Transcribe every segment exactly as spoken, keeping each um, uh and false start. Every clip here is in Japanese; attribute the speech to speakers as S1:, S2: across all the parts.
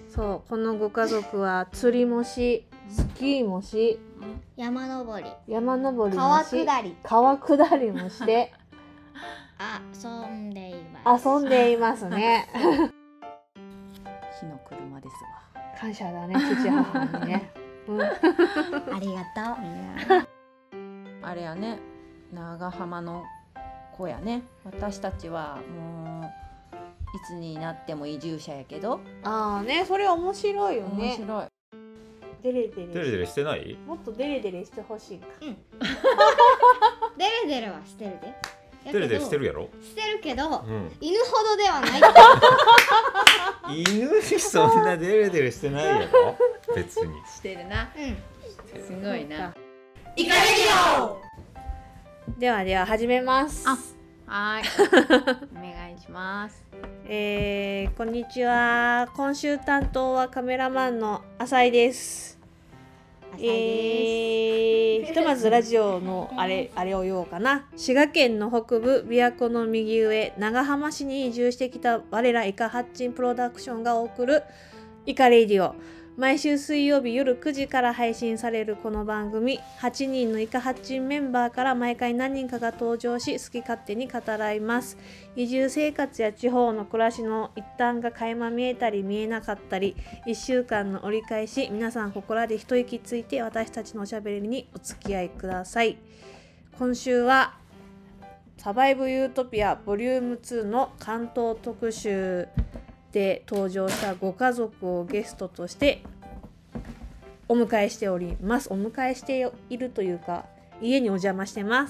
S1: そうこのご家族は釣りもしスキーもし
S2: 山登り
S1: 山登りも
S2: 川
S1: し
S2: 下り
S1: 川下りもして
S2: 遊んでいます
S1: 遊んでいますね
S3: 火の車ですわ。
S1: 感謝だね父母にね、うん、
S2: ありがとう
S3: あれやね、長浜の子やね。私たちはもういつになっても移住者やけど、
S1: ああねそれ面白いよね。
S3: 面白い。
S1: デレデレ
S4: デレデレしてない？
S1: もっとデレデレしてほしいか。
S2: うんデレデレはしてるで
S4: デレデレしてるやろ？
S2: してるけど、
S4: うん、
S2: 犬ほどではない
S4: 犬にそんなデレデレしてないやろ別に。
S3: してるな。
S2: うん
S3: すごいな。
S2: イカレディオ
S1: ではでは始めます。
S3: あはいお願いします。
S1: えー、こんにちは。今週担当はカメラマンの浅井です。
S2: 浅井です、
S1: えー、ひとまずラジオのあれあれを言おうかな。滋賀県の北部琵琶湖の右上長浜市に移住してきた我らイカ発信プロダクションが送るイカレディオ。毎週水曜日夜くじから配信されるこの番組、はちにんのイカ発信メンバーから毎回何人かが登場し好き勝手に語らいます。移住生活や地方の暮らしの一端が垣間見えたり見えなかったり、いっしゅうかんの折り返し、皆さんここらで一息ついて私たちのおしゃべりにお付き合いください。今週はサバイブユートピアボリュームツーの関東特集で登場したご家族をゲストとしてお迎えしております。お迎えしているというか家にお邪魔してます、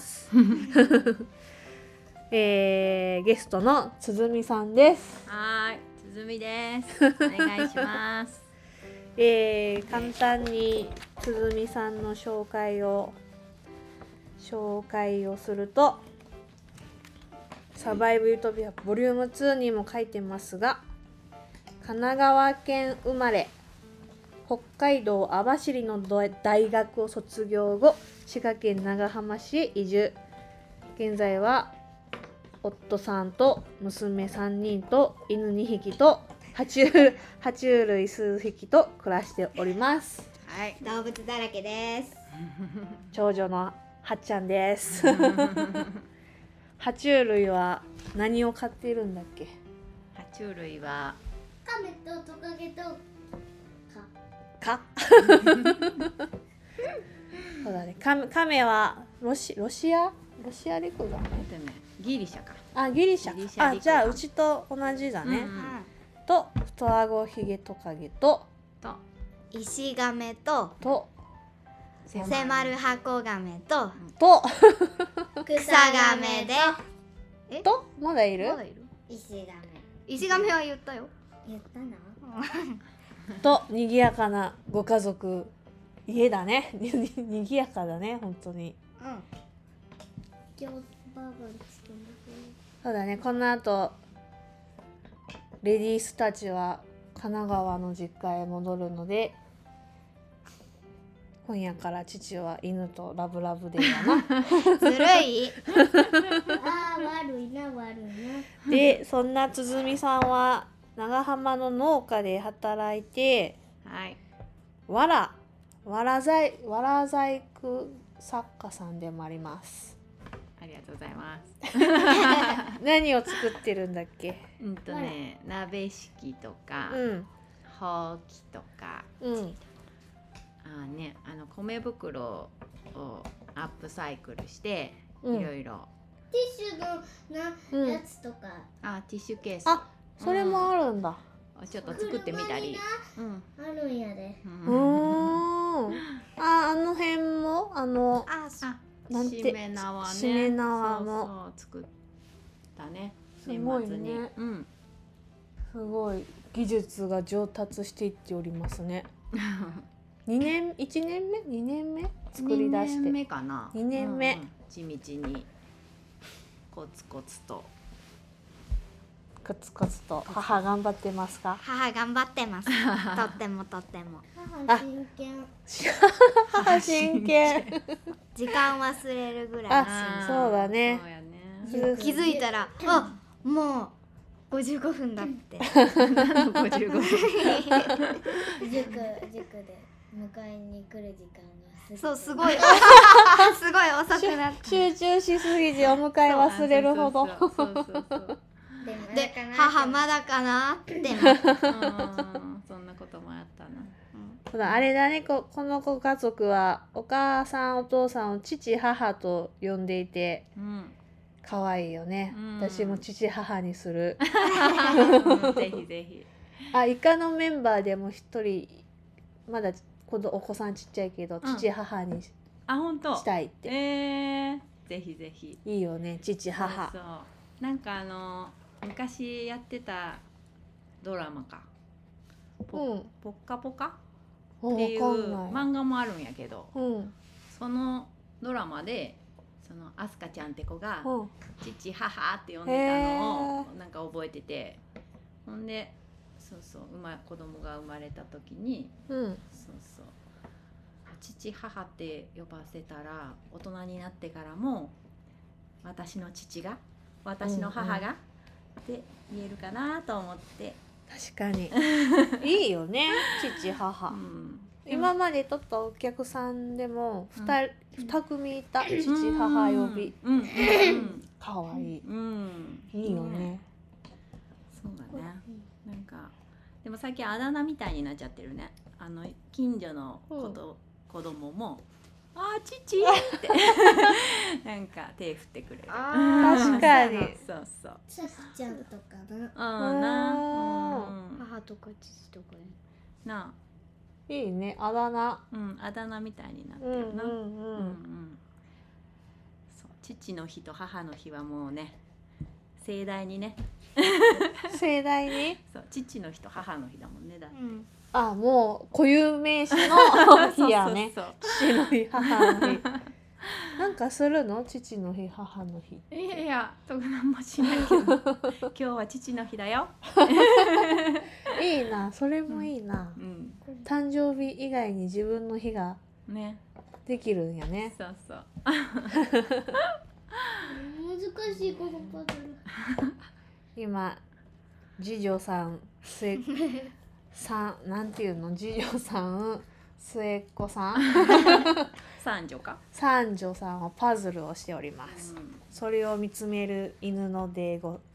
S1: えー、ゲストのつづみさんです。
S3: はい、つづみです。お願いします。
S1: えー、簡単につづみさんの紹介を紹介をすると、サバイブユートピアボリュームツーにも書いてますが、神奈川県生まれ、北海道網走の大学を卒業後、滋賀県長浜市へ移住。現在は夫さんと娘さんにんと犬にひきと爬虫爬虫類数匹と暮らしております。
S3: はい、
S2: 動物だらけです
S1: 長女のはっちゃんです爬虫類は何を飼っているんだっけ？
S3: 爬虫類は
S2: カメとトカゲと
S1: かそうだね、カメ、カメはロシ、ロシアロシア陸だね。
S3: ギリシャか。
S1: あ、ギリシャ。
S3: ギリシャ陸
S1: あ、じゃあうちと同じだね、
S3: うんうん、
S1: と太あごひげトカゲと
S3: と
S2: イシガメと
S1: と
S2: セマルハコガメと
S1: と
S2: クサガメで
S3: え
S1: とまだいる？
S3: まだいる？
S2: イシガメ
S3: イシガメは言ったよ。
S2: 言ったな
S1: と賑やかなご家族、家だねににぎやかだね本当に。
S2: うん今日バーバー作る
S1: そうだね、この後レディースたちは神奈川の実家へ戻るので、今夜から父は犬とラブラブでやな
S2: ずるいあー悪いな悪いな
S1: で、そんなつづみさんは長浜の農家で働いて、
S3: はい。
S1: わらわら細わら細工作家さんでもあります。
S3: ありがとうございます。
S1: 何を作ってるんだっけ？
S3: うんとね、鍋敷とか、
S1: うん、
S3: ほうきとか、
S1: うん、
S3: あね、あの米袋をアップサイクルして
S1: うん、
S3: いろいろ。
S2: ティッシュのなやつとか、
S3: あ、ティッシュケース。
S1: あ、それもあるんだ。
S3: ちょっと作ってみたり。うん。
S2: あるんやで
S1: うーん。あ、あの辺もあの
S2: あ
S3: あ、
S1: なんて
S3: しめ縄ね。
S1: しめ縄も
S3: そうそう作ったね。
S1: すごい
S3: 年末に
S1: ね。
S3: うん。
S1: すごい技術が上達していっておりますね。にねんいちねんめにねんめ作り出して
S3: にねんめかな。
S1: にねんめ、
S3: うんうん、地道にコツコツと
S1: コツコツと母頑張ってますか？
S2: 母頑張ってますとってもとっても
S1: あ
S2: 母真剣
S1: 母真剣
S2: 時間忘れるぐらい
S1: あそうだね
S3: そうやね。
S1: うん
S2: 気づいたらあもうごじゅうごふんだって
S3: 何のごじゅうごふん
S2: 塾塾で迎えに来る時間が過ぎて
S5: そうすごいすごい遅くなった
S1: 集中しすぎてお迎え忘れるほど。
S3: そうそうそうそう
S2: でも
S5: で
S2: なかなか
S5: 母まだかなってなった
S3: うんそんなこともあったな。
S1: ほらあれだね、ここのご家族はお母さんお父さんを父母と呼んでいて
S3: うん
S1: 可愛いよね、
S3: うん
S1: 私も父母にする。
S3: うんぜひぜひ。
S1: あ、イカのメンバーでも一人まだ子どお子さんちっちゃいけど、
S3: ん
S1: 父母にし
S3: あ、本当。
S1: したいって、
S3: えー、ぜひぜひ。
S1: いいよね、父母。
S3: そうそうなんかあの昔やってたドラマかポ,、
S1: うん、
S3: ポッカポカ
S1: わ
S3: っていう
S1: かんない。
S3: 漫画もあるんやけど、
S1: うん、
S3: そのドラマでそのアスカちゃんって子が
S1: うん、
S3: 父母って呼んでたのをなんか覚えてて、ほんでそうそう生ま子供が生まれた時に
S1: うん、
S3: そうそう父母って呼ばせたら大人になってからも私の父が私の母が、って言えるかなと思って、
S1: 確かにいいよね、父母。
S3: うん
S1: 今まで撮ったお客さんでも
S3: うん
S1: 2, 二組いた、父母呼び。
S3: うんうんうん
S1: かわいい、
S3: うん
S1: いいよね。
S3: そうだね。なんかでも最近あだ名みたいになっちゃってるね。あの近所の子と、子供もあー父ってなんか手振ってくれる。
S5: あー
S1: 確かに。
S3: そうそう。
S2: さくちゃんとかな
S3: うんな。うん
S5: 母とか父とかね
S3: な。
S1: いいね、あだ名。
S3: うんあだ名みたいになって
S1: うんうん
S3: るな。うんう
S1: うん。
S3: んそう父の日と母の日はもうね盛大にね。
S1: 盛大に。
S3: そう父の日と母の日だもんねだって。
S5: うん
S1: あ、もう固有名詞の日やね。
S3: そうそう
S1: 父の日、母の日。なんかするの？父の日、母の日。
S3: そう。いやいや特段もしないけど今日は父の日だよ。
S1: いいな、それもいいな。
S3: うん
S1: 誕生日以外に自分の日が
S3: ね。
S1: できるんやね。
S3: そうそう。
S2: 難しいこのパズル
S1: 今次女さん末さんなんていうの、次女さん末っ子さん
S3: 三女か。
S1: 三女さんはパズルをしておりま
S3: う
S1: す。
S3: ん
S1: それを見つめる犬のデーゴ。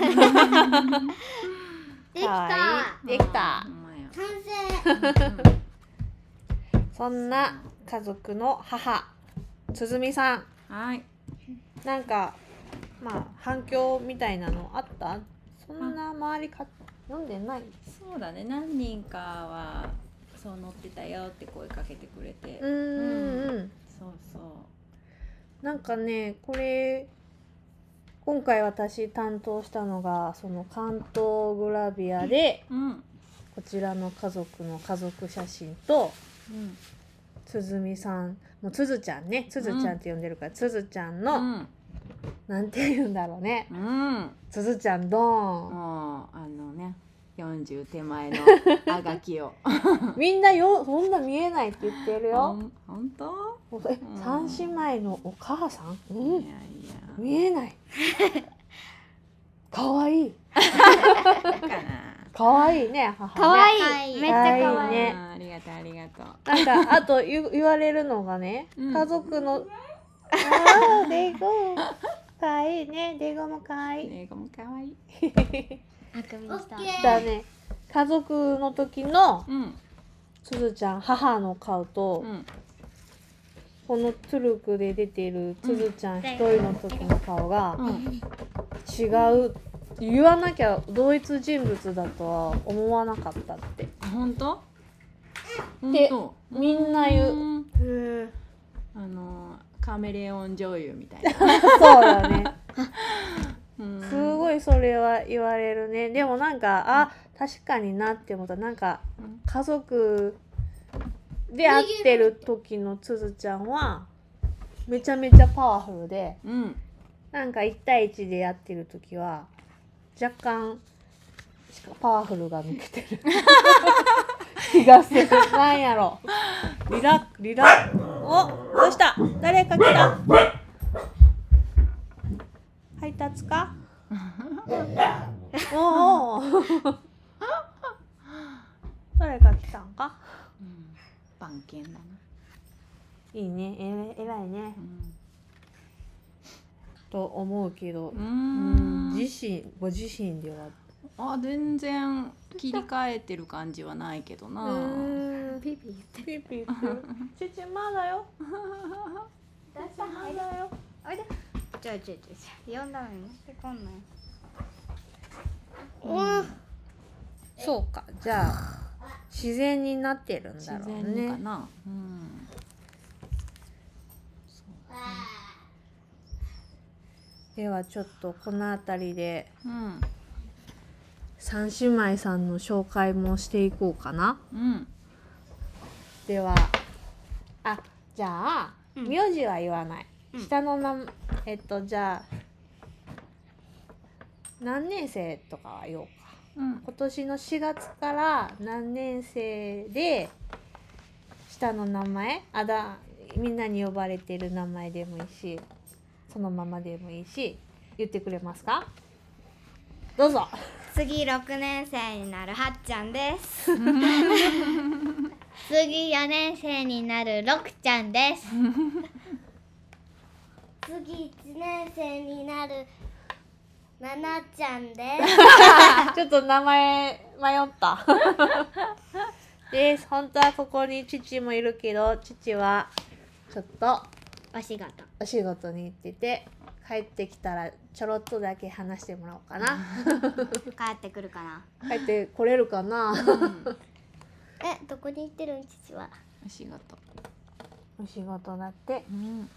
S2: できた
S1: かわいいできた
S3: ほ。んまや
S2: 完成
S1: そんな家族の母つづみさん、
S3: はい。
S1: なんかまあ反響みたいなのあった？そんな周りか読んでない？
S3: そうだね。何人かはそう乗ってたよって声かけてくれて。
S1: うーんうん。
S3: そうそう。
S1: なんかね、これ今回私担当したのがその関東グラビアで
S3: うん
S1: こちらの家族の家族写真と
S3: うん
S1: つづみさん、もうつづちゃんね、つづちゃんって呼んでるから、つづちゃんの、
S3: うん
S1: なんて言うんだろうね、
S3: うん。
S1: つづちゃんドーン。
S3: もうあのねよんじゅう手前のあがきを。
S1: みんなよそんな見えないって言ってる
S3: ほ
S1: よ。
S3: ん本当？
S1: え、
S3: うん
S1: 三姉妹のお母さん？う
S3: いや
S1: ん、
S3: いや。
S1: 見えない。可愛い。
S3: かな。
S1: 可愛いね、母ね。
S5: かわい
S2: かわいい
S5: いめっちゃかわいい
S1: ね
S3: あーありがとうありがとう。
S1: なんかあと言う言われるのがね、
S3: うん
S1: 家族のあーデゴかわいいね、デゴもかわいい。
S3: 英語も可愛い。
S5: あくびした
S2: オッケー
S1: だね、家族の時の
S3: うん
S1: すずちゃん母の顔と、
S3: うん
S1: このトゥルクで出てるつづちゃん一人の時の顔が
S3: うん。
S1: 違う、言わなきゃ同一人物だとは思わなかったって
S3: 本当？
S1: で
S3: 本当
S1: みんな言う。
S3: ん
S1: うん、
S3: あのカメレオン女優みたいな。
S1: そうだね。
S3: うん
S1: すごいそれは言われるね。でもなんか、あ、確かになって思った。なんか
S3: うん
S1: 家族で会ってる時のつづちゃんはめちゃめちゃパワフルで、
S3: うん。
S1: なんかいち対いちでやってる時は若干パワフルが抜けてる気がする。なんやろ。リラリラお、どうした？誰か来た？配達か？ おお誰が来たんか。
S3: うん、番犬だな。
S1: いいね、えらい偉いねと思うけど、
S3: う
S1: うん
S3: ん。
S1: 自身ご自身では
S3: あ、全然切り替えてる感じはないけどな。
S1: うん
S5: ピーピー言って
S1: ピーピー言ってる父まだよ
S5: だった
S1: まだよ
S5: おいでちょいちょいちょいちょい呼んだのに持ってこんのよ
S2: うん
S1: そうか、じゃあ自然になってるん
S3: 自
S1: だろう
S3: 然にか
S1: ね。
S3: な。うん。
S1: ではちょっとこの辺りで
S3: うん。
S1: 三姉妹さんの紹介もしていこうかな。
S3: うん。
S1: ではあじゃあ、
S5: うん
S1: 名字は言わない、
S5: うん
S1: 下の名えっとじゃあ何年生とかは言おうか。
S3: うん。
S1: 今年のしがつから何年生で下の名前あだみんなに呼ばれてる名前でもいいしそのままでもいいし言ってくれますか。どうぞ。
S5: 次ろくねん生になるはっちゃんです次よねん生になるろくちゃんです
S2: 次いちねん生になるななちゃんで
S1: ちょっと名前迷ったで本当はここに父もいるけど父はちょっと
S5: お仕事
S1: お仕事に行ってて帰ってきたらちょろっとだけ話してもらおうかな
S5: 帰ってくるかな
S1: 帰ってこれるかな
S2: えどこに行ってるん父は。
S3: お仕事。
S1: お仕事だって
S3: うん。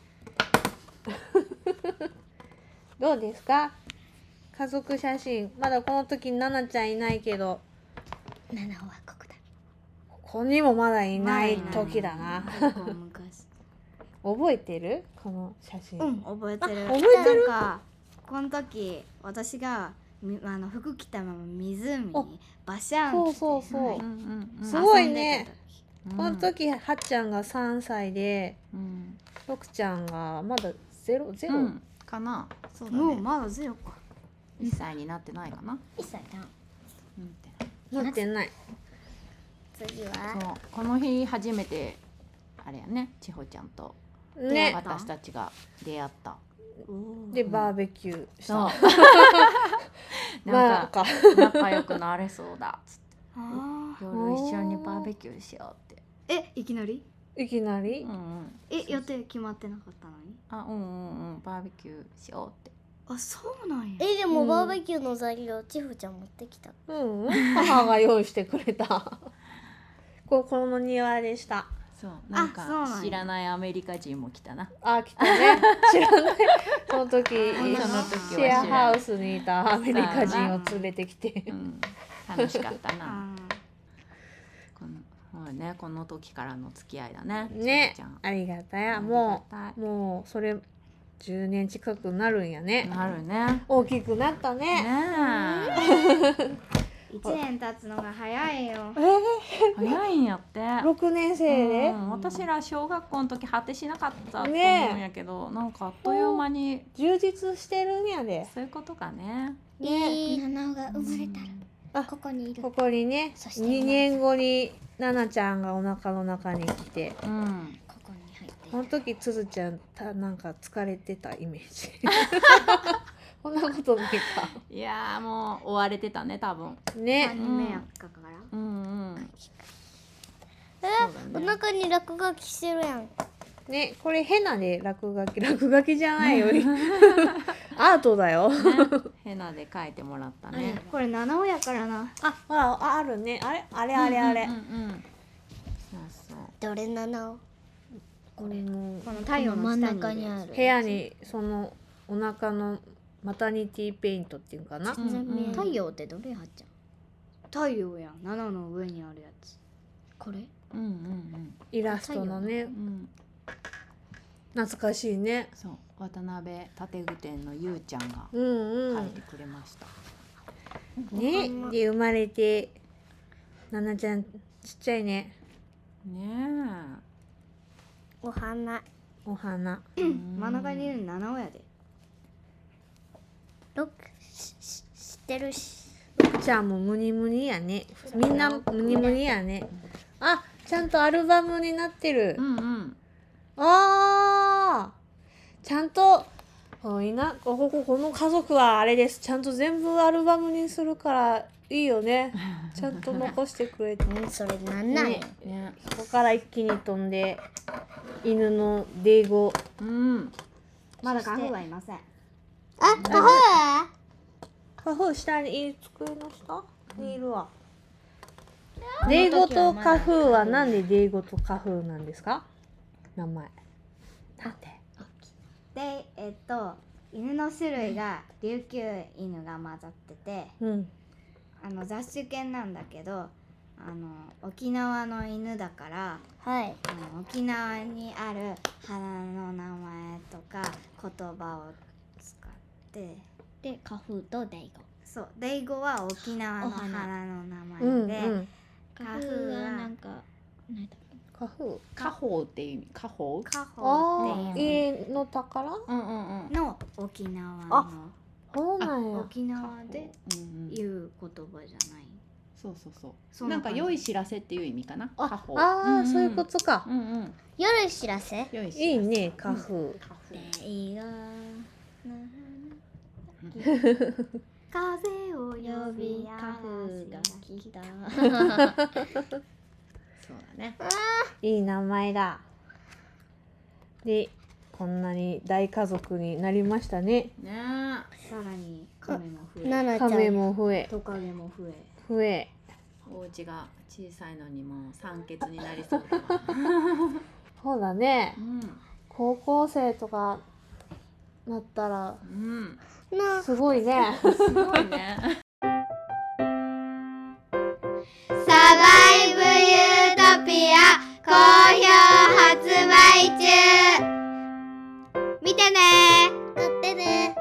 S1: どうですか家族写真。まだこの時にナナちゃんいないけど
S5: 七尾はここだ
S1: ここにもまだいない時だな
S5: 結構昔
S1: 覚えてるこの写真、
S5: うん覚えてる
S1: あ覚えてる
S5: なんかこの時私がみあの服着たまま湖にバシャン
S1: そう
S5: って
S1: そうそう、
S5: はい
S3: うんうん。
S1: すごいね
S5: 遊んでた時
S1: この時はっちゃんがさんさいで
S3: うん。
S1: ろくちゃんがまだゼロゼロ、
S3: うん。かな。そうだね。
S5: もうまだゼロか
S3: 一歳になってないかな。
S5: いっさいだ
S3: うんって。
S1: なってない。
S2: 次は
S3: そう、この日初めてあれやね、千穂ちゃんと
S1: ね
S3: 私たちが出会った。
S1: でバーベキューし
S3: そう
S1: た。
S3: なんか
S1: か
S3: 仲良くなれそうだっつって
S5: あ
S3: 夜一緒にバーベキューしようって。
S5: ーえいきなり
S1: いきなり、
S3: うんうん。
S5: え予定決まってなかったのに
S3: あ、うんうんうん、バーベキューしようって。
S5: あそうなんや
S2: えでもバーベキューの材料ちふちゃん持ってきた。
S1: うん、母が用意してくれたここの庭でした。
S3: そう、なん
S5: あそうなんや
S3: か知らないアメリカ人も来たな。
S1: あ来たね知らないその時
S3: その時は
S1: シェアハウスにいたアメリカ人を連れてきて
S3: うん、楽しかったな。
S5: あ
S3: この、もうね、この時からの付き合いだね。
S1: ね
S3: 千穂ちゃん
S1: ありがたや
S3: あり
S1: も
S3: がたいう
S1: もうそれじゅうねん近くなるんやね。
S3: なるね。
S1: 大きくなったね。
S3: ね
S5: いちねん経つのが早いよ
S1: え
S3: え、早いんやって。
S1: ー、ろくねん生で、
S3: うん、私ら小学校の時果てしなかったと思うん
S1: ねえ
S3: やけど、なんかあっという間に
S1: 充実してるんやで。
S3: そういうことかね。
S1: ね
S2: 七尾が生まれた
S1: あ
S2: らここにいる。
S1: ここにね
S2: そして
S1: にねんごにななちゃんがお腹の中に来て、
S3: うん。
S2: ここに入ってい
S1: この
S2: る。
S1: 時つづちゃんたなんか疲れてたイメージそんなことないか
S3: いやーもう追われてたね多分。
S1: ね。
S5: 三人目やったから
S3: うんうん。
S2: えお
S3: そうだね。
S2: 腹に落書きしてるやん。
S1: ねこれヘナで落書き落書きじゃないよアートだよ
S3: ね、ヘナで描いてもらったね。
S5: これ七尾やからな
S1: あほらああるねあれあれあれあれ、
S3: うんうんうん。そうそう。
S2: どれ七尾？
S1: これの
S5: この太陽の
S2: 真ん
S5: 下に
S2: 中にある。
S1: 部屋にそのお腹のマタニティペイントっていうかな、
S3: うん
S2: 全然見えない
S5: 太陽ってどれはっちゃん太陽やん七の上にあるやつ
S2: これ？
S3: うんうんうん。
S1: イラストのね
S3: うん。
S1: 懐かしいね。
S3: そう、渡辺建具店のゆうちゃんが
S1: うんうん
S3: 描いてくれました。
S1: ねで生まれてななちゃんちっちゃいね。
S3: ね
S2: お花。
S1: お花
S3: え。
S5: 真ん中にいるの七尾やで
S2: 六しししってるし。
S1: 福ちゃんもムニムニやね。みんなムニムニやね。あ、ちゃんとアルバムになってる。
S3: うんうん。
S1: あー、ちゃんと、おいな、ここ、この家族はあれです。ちゃんと全部アルバムにするからいいよね。ちゃんと残してくれて。
S2: うん、それなんなん
S1: ね
S2: よ。
S3: ね。
S1: ここから一気に飛んで、犬のデーゴ。
S3: うん。
S5: まだカフはいません。
S2: あ、カフ
S1: カフー下にいる、机の下にいるわ。デーゴとカフーはなんでデーゴとカフーなんですか？名前。なんで？
S5: で、えっと犬の種類が琉球犬が混ざってて、
S1: うん。
S5: あの雑種犬なんだけど、あの沖縄の犬だから
S2: はい。
S5: あの沖縄にある花の名前とか言葉を使って
S2: で、カフとデイゴ。
S5: そうデイゴは沖縄の
S2: お花
S5: 花の名前
S1: うん、
S5: で、
S1: うん。
S2: カフはなんか、なんだ
S1: カフー。
S3: 家宝っていう意味。家宝。
S5: カホ
S1: ああ、
S5: っていう
S1: 家の宝？
S3: うんうんうん。
S5: の沖縄
S1: あ
S5: の
S1: そうなんや。
S5: 沖縄で
S3: うんうん。
S5: 言う言葉じゃない。
S3: そうそうそう。
S5: そんなん感じ
S3: なか良い知らせっていう意味かな。家
S1: あ、
S3: 宝。
S1: あー、
S3: うんうん
S1: そういうことか。
S3: うんうん。
S2: 夜知らせ
S3: 良い知らせ。
S1: いいね、カフー。
S3: 家宝。
S2: デイゴ
S5: 風を呼
S2: 呼
S5: び
S2: びカフが来た。
S3: そうだね。
S1: いい名前だ。で、こんなに大家族になりましたね。
S3: ね
S5: さらに亀も増え
S2: ナナちゃん。
S1: 亀も増え、
S5: トカゲも増え
S1: 増え。
S3: え。お家が小さいのにもう酸欠になりそうだわ。
S1: そうだね
S3: う。ん。
S1: 高校生とかなったら
S3: うん。
S2: な、
S1: すごいね。
S3: すごいね。
S2: サバイブユートピア好評発売中。見てね。買ってね。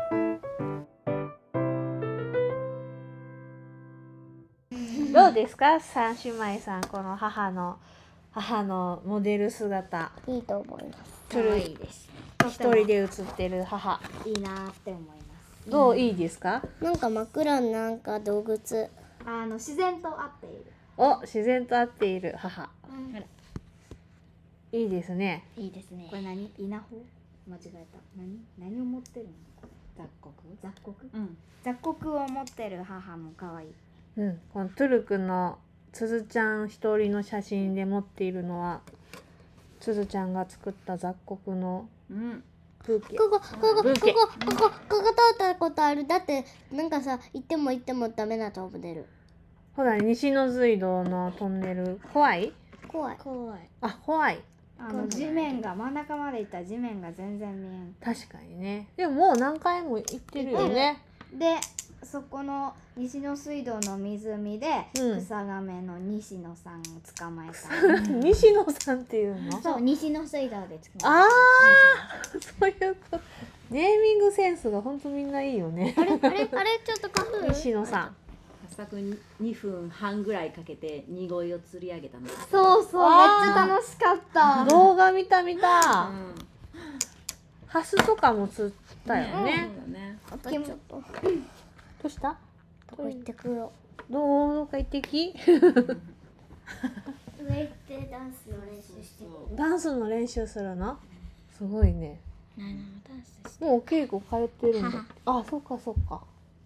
S1: どうですか、三姉妹さん、この母の母のモデル姿。
S2: いいと思います。
S1: トゥル
S5: いいです。
S1: 一人で写ってる母。
S5: いいなって思います。
S1: どう、いいですか？
S2: なんか真っ暗ななんか動物。
S5: あの自然と合っている。
S1: お、自然と合っている母。
S5: うん
S1: いいですね。
S2: いいですね
S5: こ。れ何？稲穂？間違えた。何？何を持ってるの？
S3: 雑穀。
S5: 雑穀？
S3: うん。
S5: 雑穀を持ってる母も可愛い。
S1: うん、このトゥルクのつづちゃん一人の写真で持っているのはつづちゃんが作った雑穀の
S3: うん。
S1: ブーケ。
S2: ここ、ここ、ここ、
S1: ブーケ
S2: ここ、ここ、ここ通ったことある。だって、なんかさ、行っても行ってもダメなトンネル。
S1: ほら、西の隧道のトンネル怖い？
S2: 怖い。怖い。
S1: あ、怖い。
S5: あの地面が真ん中まで行ったら地面が全然見えん。
S1: 確かにね。でももう何回も行ってるよね。
S5: でそこの西の水道の湖で
S1: うん
S5: 草亀の西野さんを捕まえた、
S1: 西野さんっていうの？
S2: そう、西の水道で作る。
S1: ああ、そういうこと。ネーミングセンスが本当みんないいよね。
S2: あれ、あれ、あれ、ちょっとカフ
S1: 西野さん。
S3: 発作にふんはんぐらいかけて濁いを釣り上げたの。
S5: そうそう、めっ
S1: あー
S5: ちゃ楽しかった。
S1: 動画見た見た。
S3: うん。
S1: ハスとかも釣ったよね。
S3: そうだね。
S2: あとちょっと。
S1: どうした？
S2: どこ行ってくよ。
S1: どうか行ってき？
S2: 上行ってダンスの練習して。
S3: そう。
S1: ダンスの練習するの？すごいね。
S2: ななのダンスして。
S1: もうお稽古通ってるんだ。あ、そっかそっか。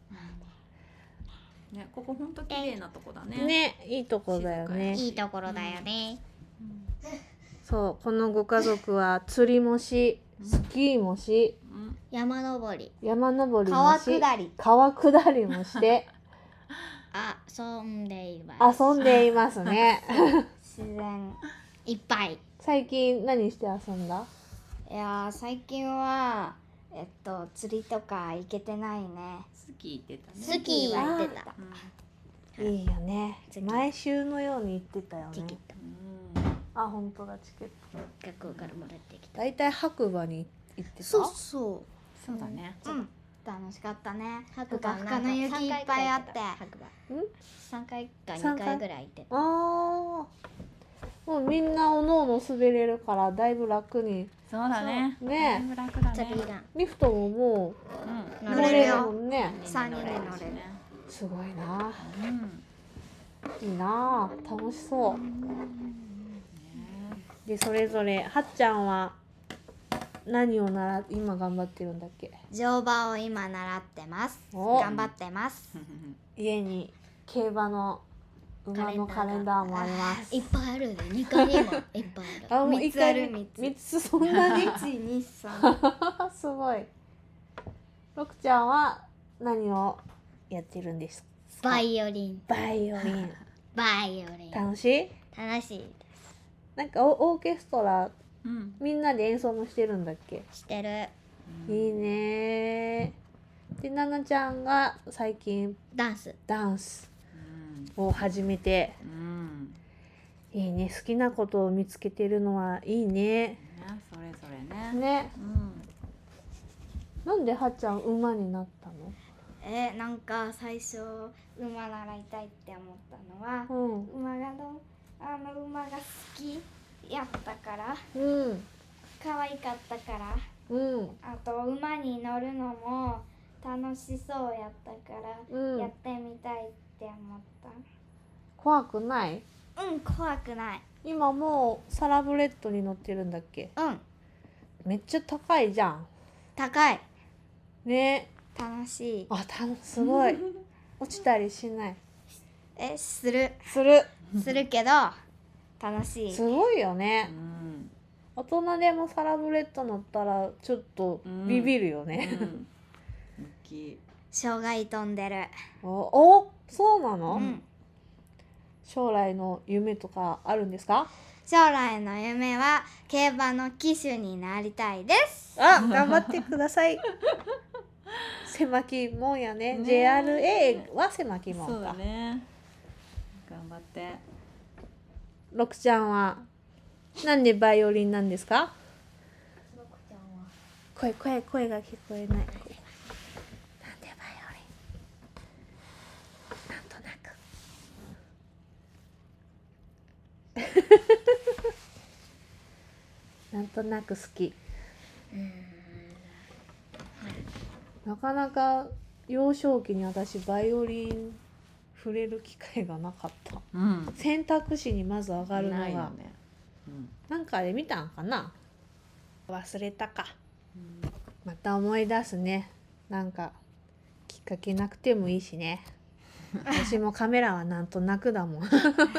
S3: ね、ここ本当綺麗なとこだね。。
S1: ね、いいとこだよね。
S2: いいところだよね。
S1: そう、このご家族は釣りもし、スキーもし、
S3: うん。
S2: 山登り。
S1: 山登りも
S5: 川
S1: し、
S5: 下り。
S1: 川下りもして
S2: あ、遊んでいます。
S1: 遊んでいますね。
S5: 自然。
S2: いっぱい。
S1: 最近何して遊んだ？
S5: いやー最近はえっと釣りとか行けてないね。
S3: スキー行ってたね。
S2: スキーは行ってた。
S3: うん。
S1: いいよね。毎週のように行ってたよね。
S3: うん。
S1: あ、本当だ、チケット。
S2: 学校からもらってきた。
S1: だいたい白馬に行ってた。
S2: そ
S3: そうだね。
S5: うん。楽しかったね。ふ
S2: 白馬
S5: かふかの雪いっぱいあって。
S2: 白馬。
S1: ん？
S2: 三回か二
S1: 三回
S2: 回ぐらい行ってた。
S1: ああ、もうみんなおのおの滑れるからだいぶ楽に
S3: そうだね。
S1: ね。
S3: だいぶ楽だね。
S2: チャリーラン。
S1: リフトもも
S3: うん。
S1: う乗れる
S2: 乗れるよ
S1: もんね。
S5: 三人で乗れる。
S1: すごいな。
S3: うん
S1: いいな。楽しそう。でそれぞれはっちゃんは何を習っ今頑張ってるんだっけ？
S5: 乗馬を今習ってます。
S1: お
S5: 頑張ってます。
S1: 家に競馬の馬のカレンダーもあります。
S5: いっぱいあるね。にかにもいっぱいある。
S1: あもう
S5: みっつある。
S1: み
S5: みっ
S1: つそんなに
S5: つ。いち、に、さん。
S1: すごい。ろくちゃんは何をやってるんですか？
S5: バイオリン。
S1: バイオリン。
S5: バイオリン。
S1: 楽しい？
S5: 楽しい。
S1: なんかオーケストラ
S3: うん
S1: みんなで演奏もしてるんだっけ？
S5: してる。
S1: いいね。でななちゃんが最近
S5: ダンス。
S1: ダンス
S3: うん
S1: を始めて、
S3: うん
S1: いいね。好きなことを見つけてるのはいいね。
S3: ねそれぞれね
S1: ね。
S3: うん
S1: なんではっちゃん馬になったの？
S5: えなんか最初馬習いたいって思ったのは、
S1: うん
S5: 馬がどあの馬が好きやったから、
S1: うん
S5: 可愛かったから、
S1: うん
S5: あと馬に乗るのも楽しそうやったから、
S1: うん
S5: やってみたいって思った。
S1: 怖くない？
S5: うん怖くない。
S1: 今もうサラブレッドに乗ってるんだっけ？
S5: うん
S1: めっちゃ高いじゃん。
S5: 高い。
S1: ね。
S5: 楽しい。
S1: あたすごい。落ちたりしない？
S5: えする
S1: する。
S5: するけど楽しい。
S1: すごいよ
S3: う
S1: ね。
S3: ん
S1: 大人でもサラブレッド乗ったらちょっとビビるよね。
S3: うん大きい
S5: 障害飛んでる。
S1: おおそうなの？
S5: うん
S1: 将来の夢とかあるんですか？
S5: 将来の夢は競馬の騎手になりたいです。
S1: あ頑張ってください。狭きもんやね。
S3: ね
S1: ジェイアールエー は狭きも
S3: そうんだ
S1: か。
S3: ね頑張って
S1: ろくちゃんはなんでバイオリンなんですか？声声声が聞こえない。なんでバイオリン？なんとなく。なんとなく好き。なかなか幼少期に私バイオリン触れる機会がなかった。
S3: うん
S1: 選択肢にまず上がるのが
S3: ないよねうん
S1: なんかで見たんかな。忘れたか。また思い出すね。なんかきっかけなくてもいいしね。私もカメラはなんとなくだもん。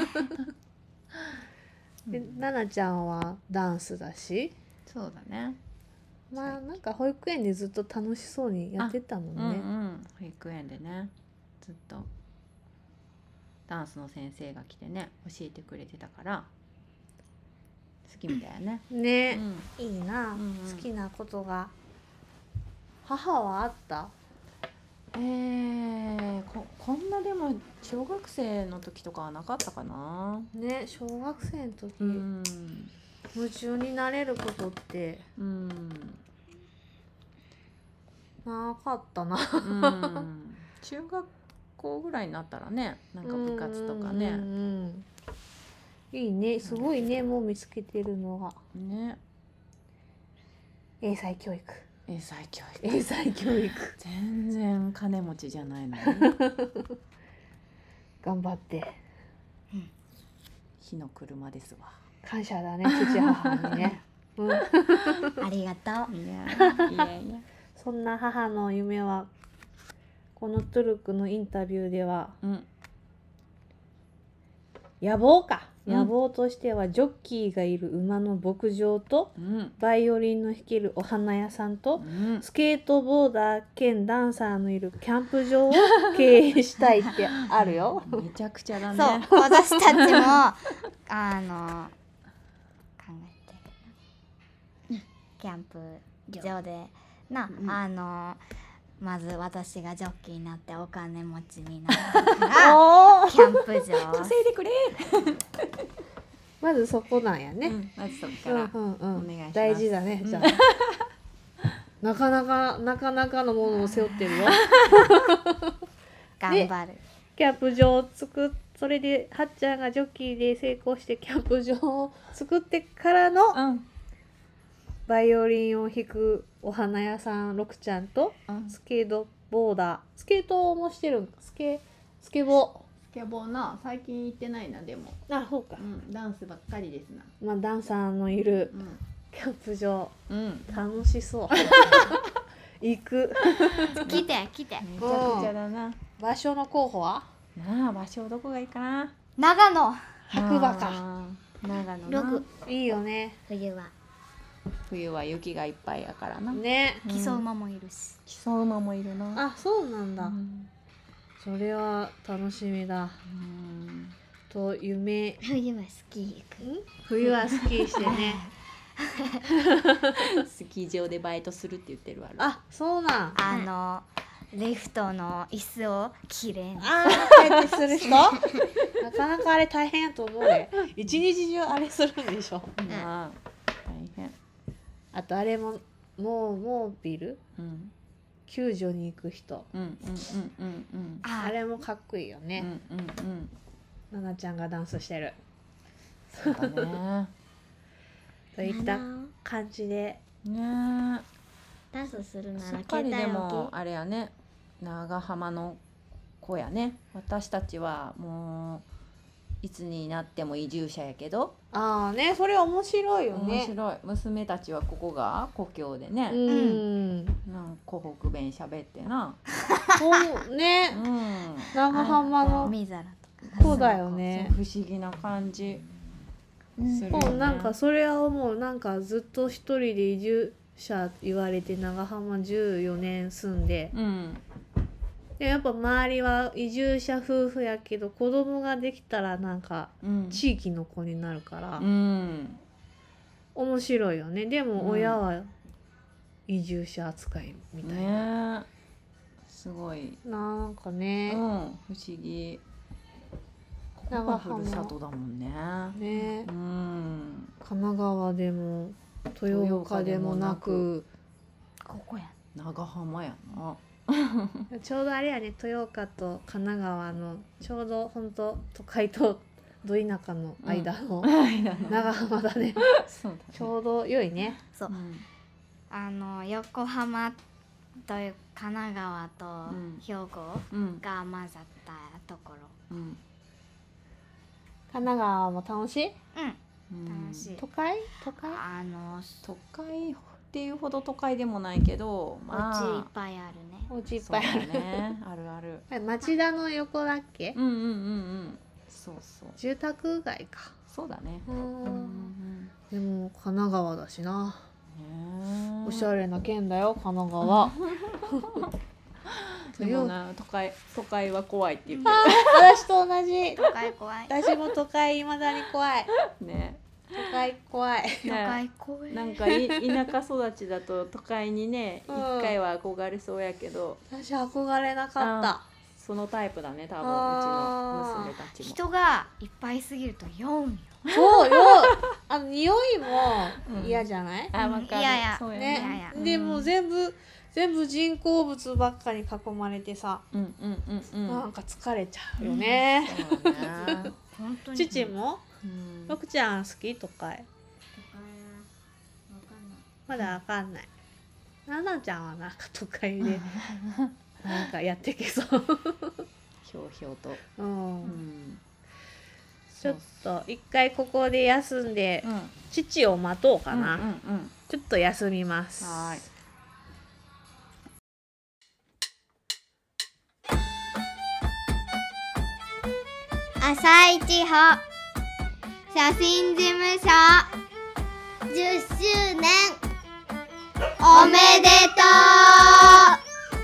S1: で、ななちゃんはダンスだし、
S3: そうだね
S1: まあなんか保育園でずっと楽しそうにやってたもんね。
S3: うんうん保育園でねずっとダンスの先生が来てね教えてくれてたから好きみたいやね
S1: ね、
S3: うん
S1: いいな、
S3: うんうん
S1: 好きなことが。母はあった？
S3: えー、ここんなでも小学生の時とかはなかったかな
S1: ね、小学生の時、
S3: うん
S1: 夢中になれることって
S3: うん
S1: なかったな。
S3: うん中学校ぐらいになったらねなんか部活とか
S1: うん
S3: ね
S1: うんうんいいね、すごいね、もう見つけてるのが
S3: ね
S1: 英才教育。
S3: 英才教育
S1: 英才教育
S3: 全然金持ちじゃないのに
S1: 頑張って
S3: 火の車ですわ
S1: 感謝だね、父母にね、うん、
S5: ありがとう。
S3: いやいやいや
S1: そんな母の夢はこのトゥルクのインタビューでは
S3: うん
S1: 野望か、
S3: うん
S1: 野望としてはジョッキーがいる馬の牧場と
S3: うん
S1: バイオリンの弾けるお花屋さんと
S3: うん
S1: スケートボーダー兼ダンサーのいるキャンプ場を経営したいってあるよ。
S3: めちゃくちゃだね
S5: そう私たちもあの考えてるキャンプ場でな、
S3: うん
S5: あのまず私がジョッキーになってお金持ちになってから
S1: おー
S5: キャンプ場
S3: 稼いでくれ
S1: まずそこなんやね。
S3: うんまずそっか
S1: うん
S3: ら
S1: うんうん
S3: お願いします
S1: 大事だね。じゃあ、なかなかなかなかのものを背負ってるよ。
S5: 頑張る。
S1: キャンプ場を作っそれではっちゃんがジョッキーで成功してキャンプ場を作ってからの
S3: うん
S1: バイオリンを弾くお花屋さんろくちゃんと
S3: うん
S1: スケートボーダースケートもしてるんかスケスケボ
S3: スケボーな最近行ってないなでも、
S1: ーあそうか
S3: う、ん、ダンスばっかりですな。
S1: まあダンサーのいる
S3: うん
S1: キャンプ場
S3: うん
S1: 楽しそう行く
S5: 来て来て。
S3: めちゃくちゃだな。
S1: 場所の候補は
S3: なあ場所どこがいいかな。
S5: 長野。
S1: 白馬か
S3: あー長野な
S5: 六。
S1: いいよね
S5: 冬は
S3: 冬は雪がいっぱいやからな。
S1: ね
S3: うん
S5: 木曽馬もいるし。
S3: 木曽馬もいるな。
S1: あそうなんだ、
S3: うん
S1: それは楽しみだ
S3: うん
S1: と夢
S5: 冬はスキー行く。
S1: 冬はスキーしてね
S3: スキー場でバイトするって言ってるわ。
S1: あそうなん
S5: あのリフトの椅子をきれいに。
S1: あー帰ってする人なかなかあれ大変やと思うで一日中あれするんでしょ
S3: なあ大変。
S1: あとあれももうモービル
S3: うん
S1: 救助に行く人
S3: うんうんうんうんうん
S5: あ
S1: あれもかっこいいよ
S3: うん
S1: ね、
S3: うんうん
S1: ななちゃんがダンスしてる
S3: そうだね。
S1: といった感じで
S3: ね
S5: ダンスする
S3: え。
S5: なら
S3: すっかりでも
S5: 携
S3: あれやね。長浜の子やね。私たちはもういつになっても移住者やけど、
S1: ああねそれ面白いよね
S3: 面白い。娘たちはここが故郷でね。
S1: うん、
S3: なん湖北弁喋ってな。
S1: そうね
S3: うん。
S1: 長浜
S5: 帯。
S1: の
S5: 海皿とか。
S1: 子だよね
S3: 不思議な感じするよね。
S1: そうなんかそれは思うなんかずっと一人で移住者言われて長浜じゅうよねん住んで
S3: うん
S1: でやっぱ周りは移住者夫婦やけど子供ができたらなんか
S3: うん
S1: 地域の子になるから、
S3: うん
S1: 面白いよねでも
S3: うん
S1: 親は移住者扱いみたいな、
S3: ねえすごい、
S1: なんか
S3: うん
S1: ね、
S3: 不思議。ここがふるさとだもんね。
S1: ね
S3: うん
S1: 神奈川でも豊岡でもなく
S5: ここや。
S3: 長浜やな。
S1: ちょうどあれやね豊岡と神奈川のちょうどほんと都会とど田舎の間の長浜だね、
S3: そうだね。
S1: ちょうど良いね
S5: そう
S3: う。ん
S5: あの横浜という神奈川と
S3: うん
S5: 兵庫
S3: うん
S5: が混ざったところ。
S3: うん
S1: 神奈川も楽しい
S5: うん。
S3: うん
S5: 楽しい。
S1: 都会都会
S5: あの
S3: 都会っていうほど都会でもないけど、
S5: お家いっ
S3: まあ
S5: ぱいあるね。
S1: お家いっ
S3: そうだ
S1: ぱいある、
S3: ね。あるある。
S1: あれ町田の横だっけ、
S3: うんうんうんうん。そうそう。
S1: 住宅街か
S3: そうだね。
S1: う
S3: うんん
S1: でも神奈川だしな
S3: うん。ねえ
S1: おしゃれな県だよ神奈川
S3: でもな都会都会は怖いって言って
S1: 私と同じ
S5: 都会怖い。
S1: 私も都会いまだに怖い
S3: るね。
S1: 都会怖い
S5: 都会怖い。
S3: なんかい田舎育ちだと都会にね一
S1: うん
S3: 回は憧れそうやけど、
S1: 私憧れなかった
S3: そのタイプだね多分うち
S1: あー
S3: の娘たちも。
S5: 人がいっぱいすぎると酔うんよ。
S1: そうよあの匂いも嫌じゃない、
S3: あわかる。
S5: いやいや
S3: そうや
S1: ね
S5: いやいや
S1: でもう全部全部人工物ばっかに囲まれてさ、
S3: うんうんうんうん。
S1: なんか疲れちゃうよね、
S3: そうだね。
S5: 本当に。
S1: 父も
S3: うん
S1: ろくちゃん好き都会
S5: 都会はわかんない。
S1: まだわかんないななちゃんはなんか都会でなんかやってけそう
S3: ひょうひょうと。
S1: うん、
S3: うん。
S1: ちょっと一回ここで休んで
S3: うん
S1: 父を待とうかな、
S3: うんうんうん。
S1: ちょっと休みます
S3: はーい。
S2: 朝一歩写真事務所じゅっしゅうねんおめでとう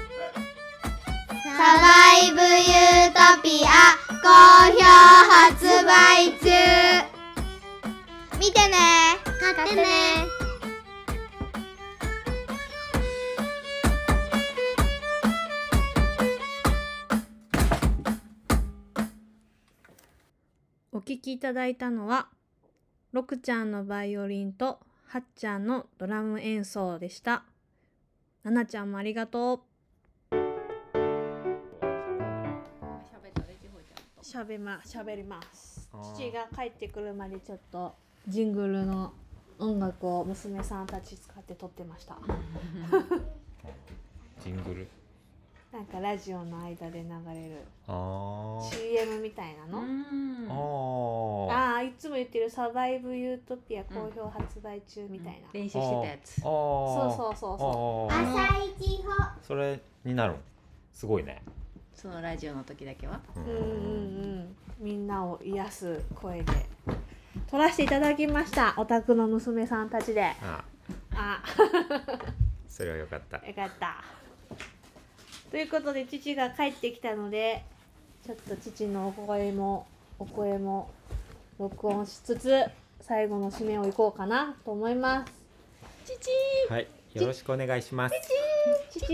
S2: サバイブユートピア好評発売中見てね買ってね
S1: お聴きいただいたのはろくちゃんのバイオリンとはっちゃんのドラム演奏でした。ななちゃんもありがとう。しゃべましゃべります
S4: あー
S1: 父が帰ってくるまでちょっとジングルの音楽を娘さんたち使って撮ってました
S4: ジングル
S1: なんかラジオの間で流れる
S4: あ
S1: シーエム みたいな
S3: う
S1: の、
S3: ん
S4: ーあ
S1: ああいつも言ってるサバイブユートピア好評発売中みたいな、
S3: 練習してたやつ。
S4: あ
S1: そうそうそうそ
S4: あー
S2: 朝一歩
S4: それになるんすごいね。
S3: そのラジオの時だけは。
S4: う
S1: ううんうんうんみんなを癒す声で撮らせていただきました。お宅の娘さんたちで。
S4: あ
S1: あ
S4: それはよかった。
S1: よかった。ということで父が帰ってきたのでちょっと父のお声もお声も録音しつつ最後の締めをいこうかなと思います。
S4: はいよろしくお願いします。
S1: 父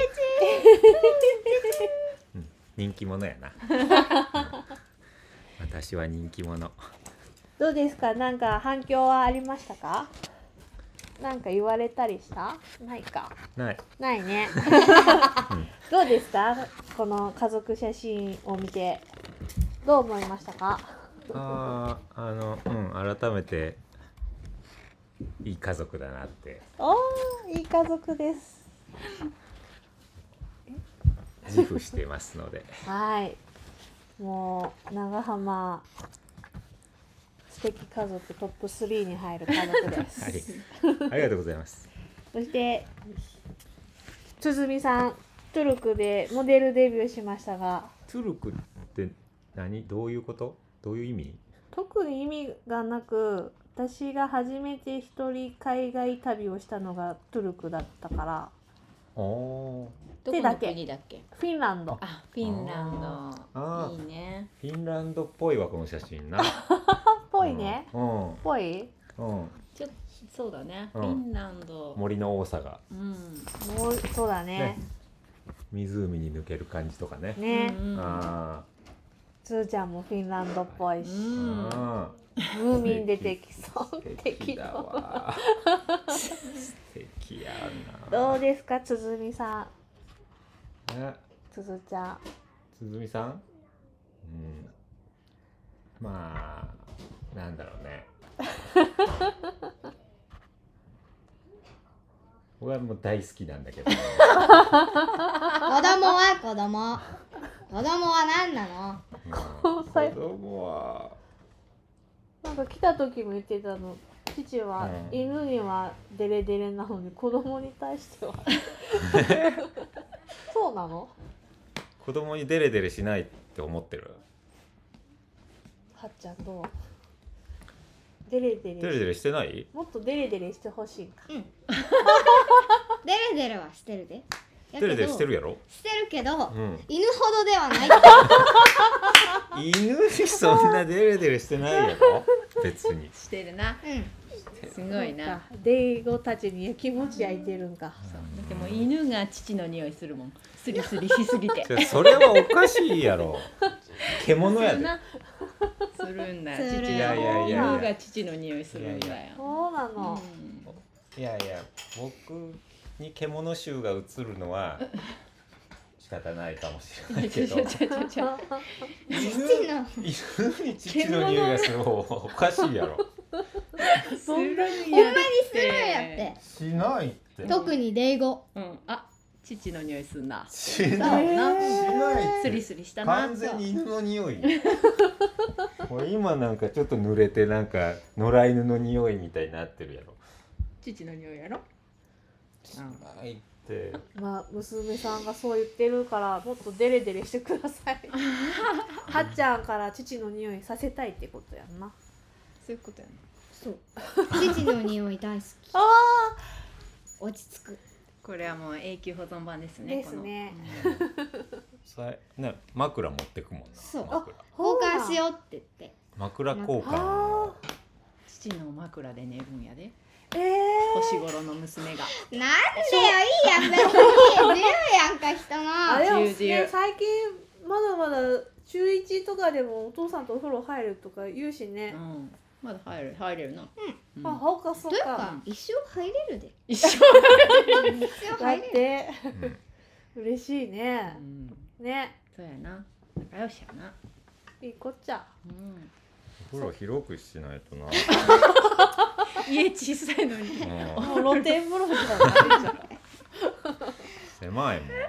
S4: うん人気者やな。私は人気者。
S1: どうですか、なんか反響はありましたか？なんか言われたりした？ないか。
S4: ない。
S1: ないね。どうですか？この家族写真を見てどう思いましたか？
S4: あああのうん改めていい家族だなって
S1: おー、いい家族です。
S4: 自負してますので。
S1: はい。もう長浜素敵家族トップスリーに入る家族です。
S4: はい。ありがとうございます。
S1: そして鼓さん、トゥルクでモデルデビューしましたが、
S4: トゥルクって何どういうことどういう意味？
S1: 特に意味がなく、私が初めて一人海外旅をしたのがトゥルクだったから、
S4: おお
S3: どこの国だっけ？
S1: フィンランド。
S3: あ、フィンラン
S4: あ
S3: ド。
S4: ー
S3: いいね。
S4: フィンランドっぽいわこの写真な。
S1: ぽいね。
S4: うん
S1: ぽい。
S4: うん、
S3: ちょっとそうだね。
S4: うん
S3: フィンランド。
S4: 森の多さが
S3: うん。
S1: もうそうだね
S4: ね。湖に抜ける感じとかね。
S1: ね。
S3: うんうん
S4: あ
S1: つーちゃんもフィンランドっぽいし、
S3: うん
S4: ーあ
S1: ムーミン出てきそう。
S4: ー素敵だ
S1: 適当。
S4: わ。素敵やな。
S1: どうですか、つづみさん、
S4: ね
S1: つづちゃん。
S4: つづみさん、うん、まあなんだろうね。僕はもう大好きなんだけど、
S2: 子供は子供子供は何なの？
S4: うん、子供は
S1: なんか来た時も言ってたの。父は
S4: うん
S1: 犬にはデレデレなのに子供に対してはそうなの？
S4: 子供にデレデレしないって思ってる。
S1: はっちゃんどう？デレデレ
S4: デレデレしてない？
S1: もっとデレデレしてほしいか。
S2: デレデレはしてるで。やけど
S4: デレデレしてるやろ。
S2: してるけど、
S4: うん、
S2: 犬ほどではないって。
S4: 犬にそんなデレデレしてないやろ別に。
S3: してるな。
S2: うん。
S3: すごいな。
S1: そうかデイゴたちに気持ち焼いてるんか。
S3: そうだってもう犬が父の匂いするもん。スリスリしすぎて。
S4: じゃあそれはおかしいやろ。獣やで。
S3: するな。するんだよ。
S2: する
S3: 父の
S4: いやいやいや
S3: 犬が父の匂いするんだよ。
S1: そうなの。
S3: うん
S4: いやいや僕に獣臭が移るのは仕方ないかもしれないけど、
S3: ちょちょちょちょ
S2: 父の
S4: 犬に父の匂いがする方がおかしいやろ。
S1: そんなに
S2: ほんまにするんやって。
S4: しないって。
S2: 特にデイゴ。
S3: うん、あ、父の匂いすんな。
S4: しない。しないって。
S3: スリスリしたな。
S4: 完全に犬の匂い。これ今なんかちょっと濡れてなんか野良犬の匂いみたいになってるやろ。
S3: 父の匂いやろ。
S4: しないって。
S1: まあ娘さんがそう言ってるからもっとデレデレしてください。はっちゃんから父の匂いさせたいってことやんな。
S3: そういうことやな。
S1: そう。
S2: 父の匂い大好き。
S1: あ
S2: 落ち着く。
S3: これはもう永久保存版ですね。
S1: ですね
S3: この
S4: さね枕持ってくもんな。
S2: そう
S4: 枕。
S2: 交換しようって言って。
S4: 枕交換。
S1: あ
S3: 父の枕で寝るんやで。
S1: ー。ええ
S3: 年頃の娘が。
S2: なんでよ、いいやん、別に。自由やんか、人
S1: ー。あ
S2: の。
S1: でも
S3: 自由自由
S1: ね最近まだまだ中一とかでもお父さんとお風呂入るとか言うしね。
S3: うん。まだ入る入れるな。うん。
S1: あ、ほうかそうか
S2: というか。、一生入れるで。
S3: 一緒。
S2: 一生
S1: だ
S2: 入れる。
S1: って
S4: うん
S1: 嬉しいね
S3: う。ん。
S1: ね。
S3: そうやな。仲良しやな。
S1: いいこっちゃ。
S3: うん。
S4: お風呂広くしないとな。
S3: 家小さいのに。
S4: うん
S1: もう露天風呂みたいなのあるじゃん。
S4: 狭いもん。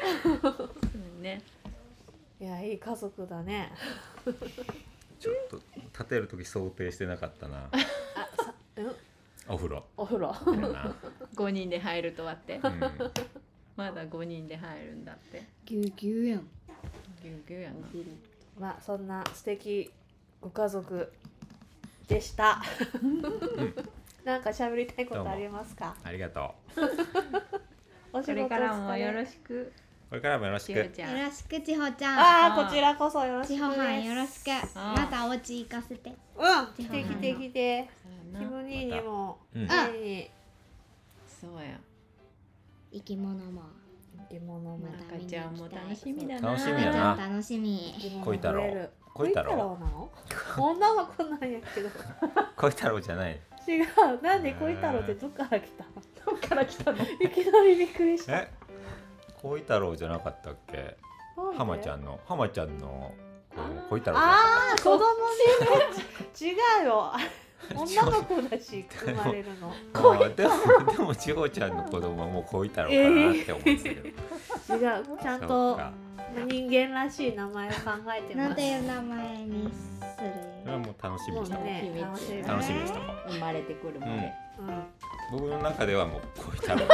S3: そうね。
S1: いやいい家族だね。
S4: ちょっと立てる時想定してなかったな。
S1: あさうん
S4: お風呂
S1: お風呂。
S4: やな、
S3: ごにんで入るとはって。
S4: うん、
S3: まだごにんで入るんだって。
S2: ぎゅうぎゅうやん
S3: ぎゅうぎゅうやな。
S1: まあそんな素敵ご家族でした。なんか喋りたいことありますか？
S4: ありがと
S1: お仕事
S3: これからもよろ
S1: し
S3: しく。
S4: う。これからもよろしく。
S3: ちほちゃん。
S2: よろしくちほちゃん
S1: ああこちらこそよろしくです。
S2: ちほはんよろしく
S3: あ
S2: またお家行かせて
S1: うん来て来て来て。
S3: そうやな
S1: キム兄にも
S4: うん
S1: 家に
S3: そうや。
S2: 生き物も
S1: 生き物も
S2: また
S3: 赤ちゃんも楽しみだな。
S4: 楽しみやな
S2: 楽しみ
S1: 生き物
S4: 小太郎
S1: 増える
S4: 小太郎
S1: 小なの？女の子なんやけど。
S4: 小太郎じゃない。
S1: 違う。なんで小太郎ってどっから来たの？どっから来たの？いきなりびっくりした。
S4: え小太郎じゃなかったっけ？
S1: なんで
S4: 浜ちゃんの浜ちゃんの小太郎じゃなか
S1: ああ子供ね。違うよ。女の子だし生まれるの。
S4: ったあーでもでも千穂ちゃんの子供はもう小太郎かなって思ってたけど、
S1: 違う。ちゃん
S4: そう
S1: と
S4: か
S1: 人間らしい名前を考えてます。
S2: なんていう名前にす
S4: それはもう楽しみにしたもん、
S1: もうね
S3: 秘密
S1: 楽しみ。
S4: 楽しみにしたもん。
S3: 生まれてくるまで。
S1: うん。
S4: 僕の中ではもう小太郎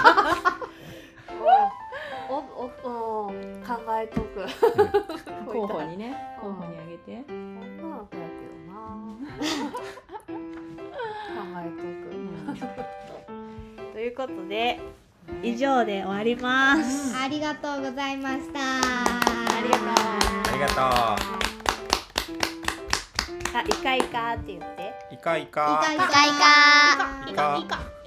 S1: おおお考えとく。
S3: 候補にね、候補にあげて。
S1: 女の子やけどな。考えとく。ということで以上で終わります。
S2: ありがとうございました
S1: ありがとう。
S4: ありがと
S1: あ、イカイカって言って。
S4: う。イカイ
S2: イ
S4: カ
S2: カイカ
S4: イカイカ